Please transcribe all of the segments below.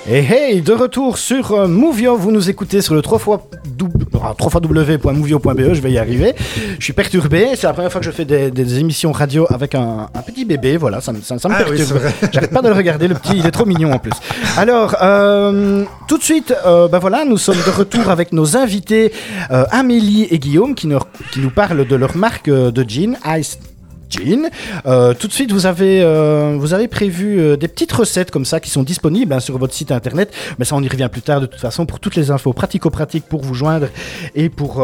Et hey, de retour sur Movio, vous nous écoutez sur le 3xw.movio.be, je vais y arriver. Je suis perturbé, c'est la première fois que je fais des émissions radio avec un petit bébé, voilà, ça me perturbe. Oui, j'arrête pas de le regarder, le petit, il est trop mignon en plus. Alors, tout de suite, voilà, nous sommes de retour avec nos invités Amélie et Guillaume qui nous parlent de leur marque de gin, Ice Gin. Tout de suite, vous avez prévu des petites recettes comme ça qui sont disponibles sur votre site internet, mais ça on y revient plus tard de toute façon pour toutes les infos pratico-pratiques pour vous joindre et pour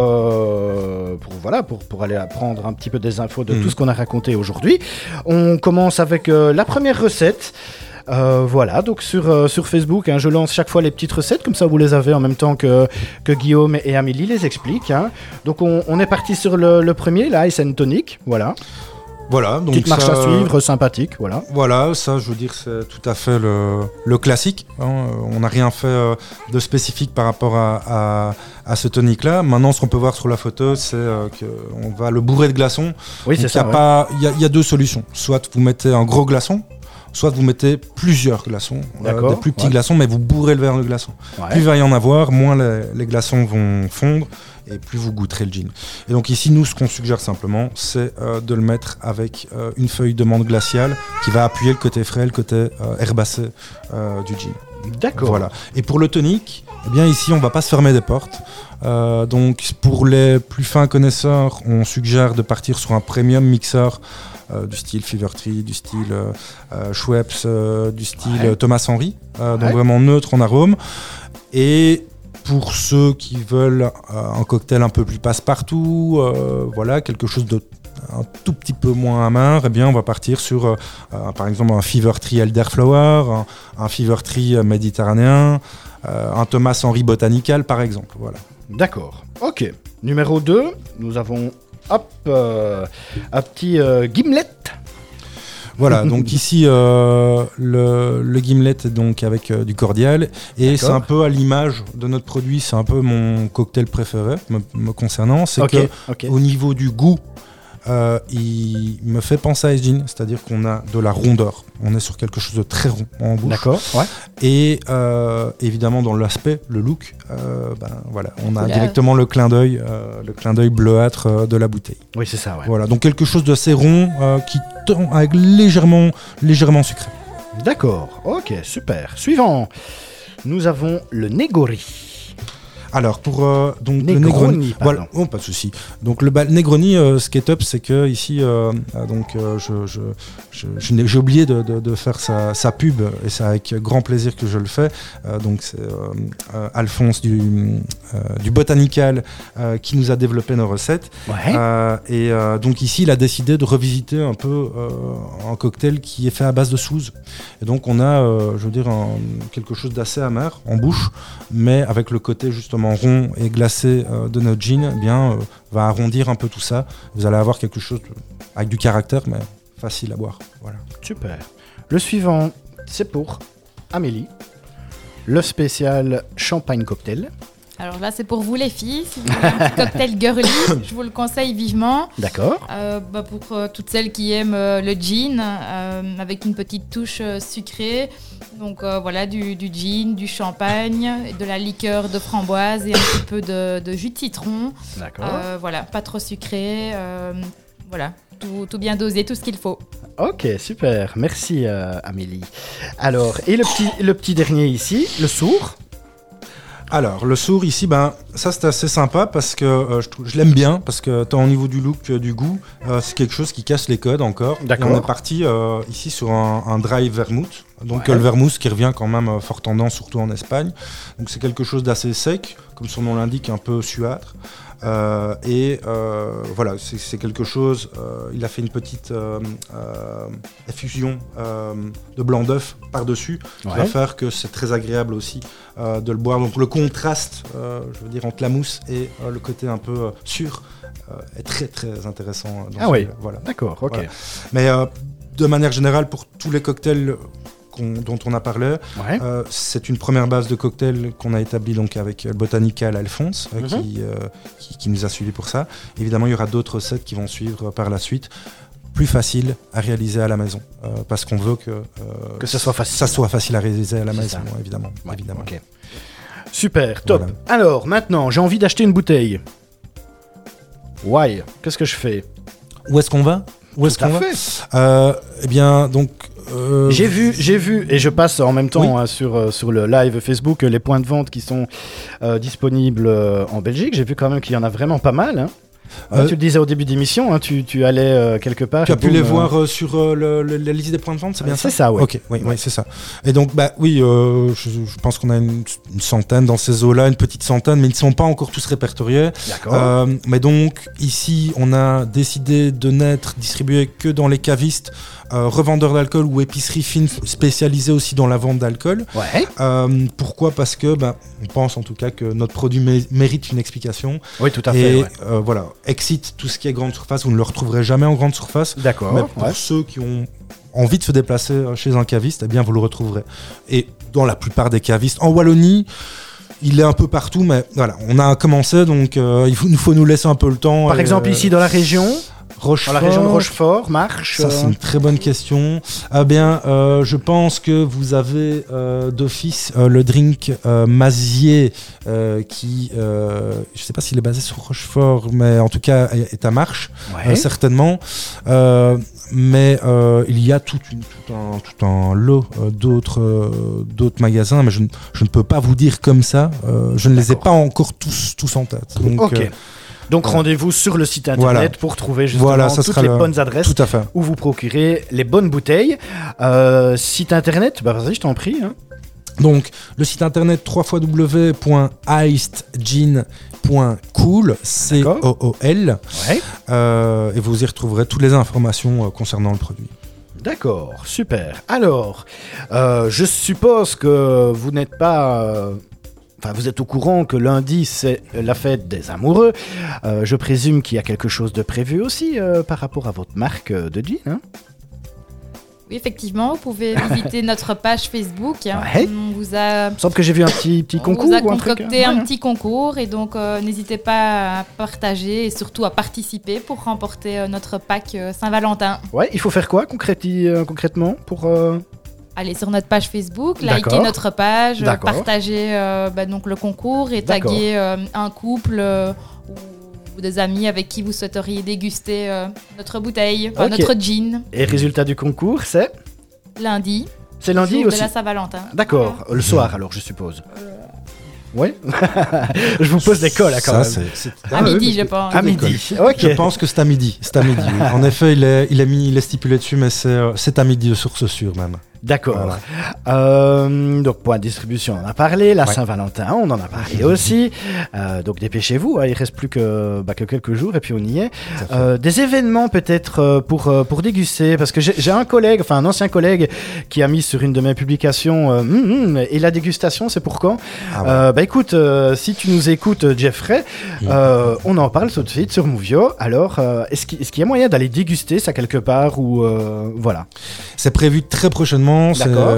aller apprendre un petit peu des infos de tout ce qu'on a raconté aujourd'hui. On commence avec la première recette. Voilà, donc sur Facebook, je lance chaque fois les petites recettes, comme ça vous les avez en même temps que Guillaume et Amélie les expliquent. Donc on est parti sur le premier, l'Ice and Tonic, voilà. Voilà, donc petite marche à suivre, sympathique, voilà. Voilà, ça, je veux dire, c'est tout à fait le classique. On n'a rien fait de spécifique par rapport à ce tonic-là. Maintenant, ce qu'on peut voir sur la photo, c'est qu'on va le bourrer de glaçons. Oui, donc, c'est ça. Il y a deux solutions. Soit vous mettez un gros glaçon, soit vous mettez plusieurs glaçons, des plus petits glaçons, mais vous bourrez le verre de glaçons. Ouais. Plus il va y en avoir, moins les glaçons vont fondre et plus vous goûterez le gin. Et donc ici, nous, ce qu'on suggère simplement, c'est de le mettre avec une feuille de menthe glaciale qui va appuyer le côté frais, le côté herbacé du gin. D'accord. Voilà. Et pour le tonic, eh bien ici, on ne va pas se fermer des portes. Donc pour les plus fins connaisseurs, on suggère de partir sur un premium mixeur du style Fever Tree, du style Schweppes, du style Thomas Henry, donc vraiment neutre en arôme. Et pour ceux qui veulent un cocktail un peu plus passe-partout, voilà, quelque chose de un tout petit peu moins amer, eh bien on va partir sur par exemple un Fever Tree Elderflower, un Fever Tree méditerranéen, un Thomas Henry Botanical par exemple. Voilà. D'accord, ok. Numéro 2, nous avons un petit gimlet. Voilà, donc ici le gimlet est donc avec du cordial et c'est un peu à l'image de notre produit, c'est un peu mon cocktail préféré me concernant, c'est au niveau du goût, il me fait penser à Ice Gin, c'est-à-dire qu'on a de la rondeur, on est sur quelque chose de très rond en bouche. D'accord, ouais. Et évidemment dans l'aspect, le look, voilà, on a directement le clin d'œil bleuâtre de la bouteille. Oui, c'est ça, ouais. Voilà, donc quelque chose d'assez rond qui tend à être légèrement sucré. D'accord, ok, super. Suivant, nous avons le Negroni. Alors pour donc Negroni, le Negroni, voilà, pas de souci. Donc le Negroni, ce qui est top, c'est que ici, j'ai oublié de faire sa pub et c'est avec grand plaisir que je le fais. Donc c'est Alphonse du Botanical qui nous a développé nos recettes. Ouais. Donc ici, il a décidé de revisiter un peu un cocktail qui est fait à base de souze. Et donc on a, quelque chose d'assez amer en bouche, mais avec le côté justement rond et glacé de notre gin, va arrondir un peu tout ça. Vous allez avoir quelque chose avec du caractère, mais facile à boire. Voilà. Super. Le suivant, c'est pour Amélie. Le spécial champagne cocktail. Alors là, c'est pour vous les filles. Si vous voulez un petit cocktail girly, je vous le conseille vivement. D'accord. Pour toutes celles qui aiment le gin, avec une petite touche sucrée. Donc voilà, du gin, du champagne, de la liqueur de framboise et un petit peu de jus de citron. D'accord. Voilà, pas trop sucré. Voilà, tout bien dosé, tout ce qu'il faut. Ok, super. Merci Amélie. Alors, et le petit dernier ici, le sourd. Alors, le sourd ici, ça c'est assez sympa parce que je l'aime bien, parce que tant au niveau du look que du goût, c'est quelque chose qui casse les codes encore. D'accord. Et on est parti ici sur un dry vermouth, donc le vermouth qui revient quand même fort tendance, surtout en Espagne. Donc c'est quelque chose d'assez sec, comme son nom l'indique, un peu suâtre. Voilà, c'est quelque chose, il a fait une petite effusion de blanc d'œuf par-dessus, qui va faire que c'est très agréable aussi de le boire. Donc le contraste, entre la mousse et le côté un peu sûr est très très intéressant. Voilà. D'accord, ok. Voilà. Mais de manière générale, pour tous les cocktails dont on a parlé, c'est une première base de cocktail qu'on a établie donc avec le Botanical Alphonse qui nous a suivis pour ça. Évidemment, il y aura d'autres recettes qui vont suivre par la suite. plus facile à réaliser à la maison. Parce qu'on veut que ça soit facile. Ça soit facile à réaliser à la maison, évidemment. Okay. Super, top. Voilà. Alors, maintenant, j'ai envie d'acheter une bouteille. Why ? Qu'est-ce que je fais ? Où est-ce qu'on va ? Eh bien, donc... J'ai vu, et je passe en même temps sur le live Facebook les points de vente qui sont disponibles en Belgique. J'ai vu quand même qu'il y en a vraiment pas mal. Hein. Tu le disais au début d'émission, hein, tu allais quelque part. Tu as pu les voir sur la liste des points de vente, c'est bien ça ? C'est ça, oui. Ok, oui, c'est ça. Et donc, je pense qu'on a une centaine dans ces eaux-là, une petite centaine, mais ils ne sont pas encore tous répertoriés. D'accord. Mais donc, ici, on a décidé de n'être distribué que dans les cavistes, revendeurs d'alcool ou épiceries fines spécialisées aussi dans la vente d'alcool. Ouais. Pourquoi ? Parce que, on pense en tout cas que notre produit mérite une explication. Oui, tout à fait. Et voilà. Exit, tout ce qui est grande surface, vous ne le retrouverez jamais en grande surface. D'accord. Mais pour ceux qui ont envie de se déplacer chez un caviste, eh bien vous le retrouverez. Et dans la plupart des cavistes, en Wallonie, il est un peu partout, mais voilà, on a commencé, donc il faut nous laisser un peu le temps. Par exemple, ici dans la région Rochefort. Dans la région de Rochefort, Marche. Ça, c'est une très bonne question. Je pense que vous avez d'office le drink Mazier qui, je ne sais pas s'il est basé sur Rochefort, mais en tout cas est à Marche, certainement. Mais il y a tout un lot d'autres magasins, mais je ne peux pas vous dire comme ça. Je ne les ai pas encore tous en tête. Donc, Donc rendez-vous sur le site internet pour trouver justement toutes les bonnes adresses où vous procurez les bonnes bouteilles. Site internet, vas-y, je t'en prie. Hein. Donc le site internet www.icedgin.cool, C-O-O-L, et vous y retrouverez toutes les informations concernant le produit. D'accord, super. Alors, je suppose que vous n'êtes pas... vous êtes au courant que lundi, c'est la fête des amoureux. Je présume qu'il y a quelque chose de prévu aussi par rapport à votre marque de jean. Hein ? Oui, effectivement, vous pouvez visiter notre page Facebook. Ouais. On vous a... Il me semble que j'ai vu un petit concours. On vous a concocté un petit concours et donc n'hésitez pas à partager et surtout à participer pour remporter notre pack Saint-Valentin. Ouais, il faut faire quoi concrètement pour... Allez sur notre page Facebook, liker notre page, partager donc le concours et taguer un couple ou des amis avec qui vous souhaiteriez déguster notre bouteille, notre gin. Et résultat du concours, c'est lundi. C'est lundi aussi. De la Saint-Valentin. D'accord, le soir alors je suppose. Oui, je vous pose des cols quand même. À midi, je pense. À midi. Je pense que c'est à midi. Oui. En effet, il est stipulé dessus, mais c'est à midi de source sûre même. D'accord. Voilà. Donc, point de distribution, on en a parlé. La Saint-Valentin, on en a parlé aussi. Donc, dépêchez-vous. Il ne reste plus que quelques jours et puis on y est. Des événements peut-être pour déguster. Parce que j'ai un ancien collègue qui a mis sur une de mes publications et la dégustation, c'est pour quand ? Écoute, si tu nous écoutes, Jeffrey, on en parle tout de suite sur Movio. Alors, est-ce qu'il y a moyen d'aller déguster ça quelque part ou voilà ? C'est prévu très prochainement. D'accord.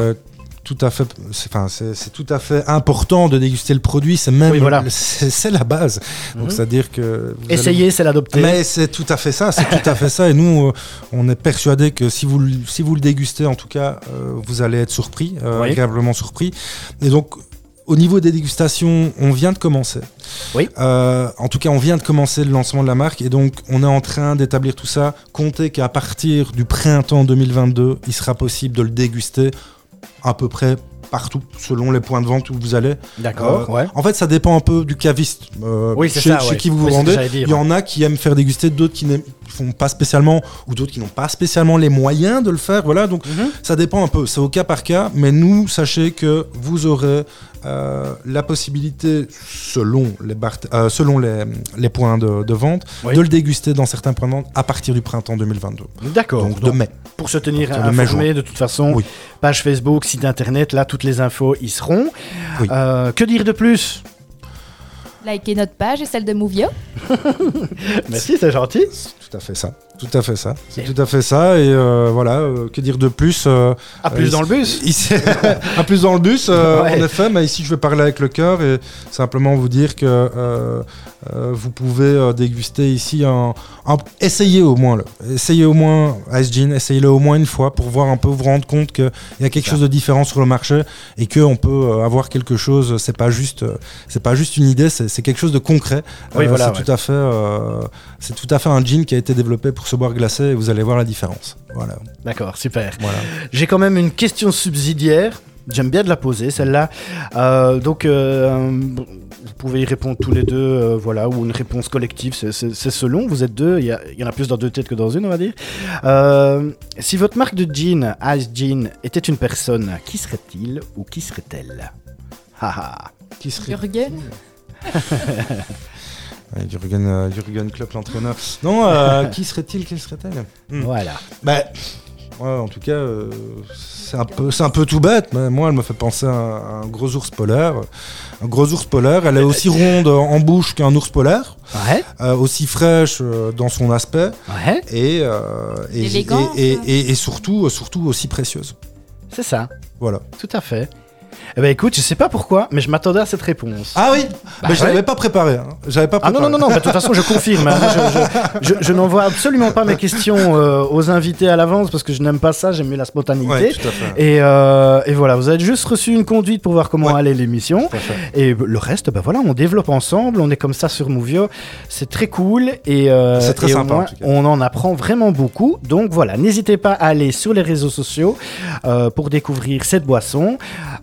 C'est tout à fait important de déguster le produit. C'est même c'est la base. Donc c'est-à-dire que essayer, c'est l'adopter. Mais c'est tout à fait ça. Et nous, on est persuadés que si vous le dégustez, en tout cas, vous allez être surpris, agréablement surpris. Et donc au niveau des dégustations, on vient de commencer. Oui. En tout cas, on vient de commencer le lancement de la marque et donc on est en train d'établir tout ça. Comptez qu'à partir du printemps 2022, il sera possible de le déguster à peu près partout, selon les points de vente où vous allez. D'accord, En fait, ça dépend un peu du caviste. Chez qui vous vous rendez. Il y en a qui aiment faire déguster, d'autres qui ne font pas spécialement, ou d'autres qui n'ont pas spécialement les moyens de le faire. Voilà, donc ça dépend un peu. C'est au cas par cas, mais nous, sachez que vous aurez la possibilité, selon les points de vente, de le déguster dans certains points de vente à partir du printemps 2022. D'accord. Donc de mai. Pour se tenir informé, de toute façon, page Facebook, site internet, là, toutes les infos y seront. Oui. Que dire de plus ? Likez notre page et celle de Movio. Merci, c'est gentil. C'est tout à fait ça. Tout à fait ça. C'est tout à fait ça. Et voilà, que dire de plus plus dans le bus. Un plus dans le bus, en effet. Mais ici, je vais parler avec le cœur et simplement vous dire que vous pouvez déguster ici essayez au moins Ice Gin, essayez-le au moins une fois pour voir un peu, vous rendre compte qu'il y a quelque chose de différent sur le marché et qu'on peut avoir quelque chose. C'est pas juste une idée, c'est quelque chose de concret. Oui, voilà, c'est tout à fait un gin qui a été développé pour se boire glacé et vous allez voir la différence. Voilà. D'accord, super. Voilà. J'ai quand même une question subsidiaire. J'aime bien de la poser, celle-là. Vous pouvez y répondre tous les deux, ou une réponse collective, c'est selon. Vous êtes deux, il y en a plus dans deux têtes que dans une, on va dire. Si votre marque de gin, Ice Gin, était une personne, qui serait-il ou qui serait-elle? Qui serait Jürgen. Jürgen Klopp, l'entraîneur. Non, qui serait-il, quelle serait-elle? Voilà. En tout cas, c'est un peu tout bête, mais moi, elle me fait penser à un gros ours polaire. Un gros ours polaire, elle est aussi ronde en bouche qu'un ours polaire, aussi fraîche dans son aspect, et surtout aussi précieuse. C'est ça. Voilà. Tout à fait. Eh ben écoute, je sais pas pourquoi, mais je m'attendais à cette réponse. Ah oui, mais je l'avais pas préparé. Non, de toute façon, je confirme. Je n'envoie absolument pas mes questions aux invités à l'avance parce que je n'aime pas ça, j'aime mieux la spontanéité. Ouais, tout à fait. Et voilà, vous avez juste reçu une conduite pour voir comment allait l'émission. Et le reste, on développe ensemble, on est comme ça sur Movio. C'est très cool et c'est très sympa. Moins, on en apprend vraiment beaucoup. Donc voilà, n'hésitez pas à aller sur les réseaux sociaux pour découvrir cette boisson.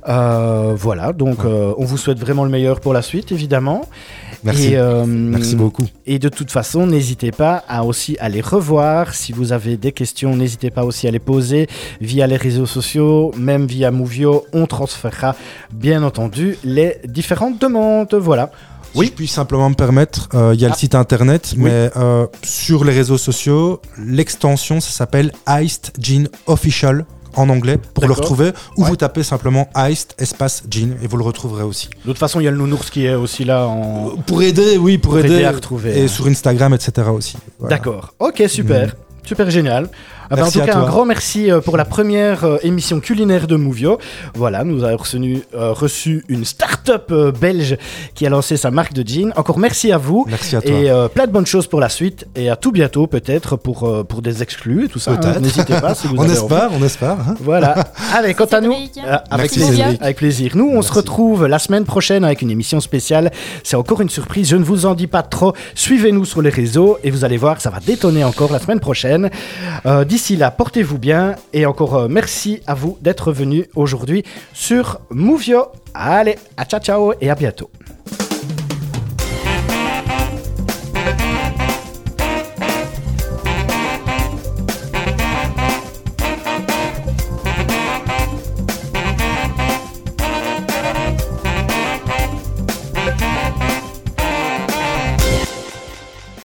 On vous souhaite vraiment le meilleur pour la suite, évidemment. Merci. Merci beaucoup. Et de toute façon, n'hésitez pas à aussi aller revoir. Si vous avez des questions, n'hésitez pas aussi à les poser via les réseaux sociaux, même via Movio. On transférera, bien entendu, les différentes demandes. Voilà. Si je puis simplement me permettre, il y a le site internet, mais sur les réseaux sociaux, l'extension, ça s'appelle Iced Gin Official. En anglais, pour le retrouver, ou vous tapez simplement Iced espace Gin et vous le retrouverez aussi. De toute façon, il y a le nounours qui est aussi là pour aider à retrouver. Et sur Instagram, etc. aussi. Voilà. D'accord. Ok, super. Super génial. En tout cas, un grand merci pour la première émission culinaire de Movio. Voilà, nous avons reçu une start-up belge qui a lancé sa marque de gin. Encore merci à vous. Merci à toi. Et plein de bonnes choses pour la suite. Et à tout bientôt, peut-être, pour des exclus et tout ça. N'hésitez pas si vous avez envie. On espère. Hein. Voilà. Allez, quant à nous, avec plaisir. Nous, on se retrouve la semaine prochaine avec une émission spéciale. C'est encore une surprise. Je ne vous en dis pas trop. Suivez-nous sur les réseaux et vous allez voir, ça va détonner encore la semaine prochaine. D'ici là, portez-vous bien et encore merci à vous d'être venus aujourd'hui sur Movio. Allez, ciao et à bientôt.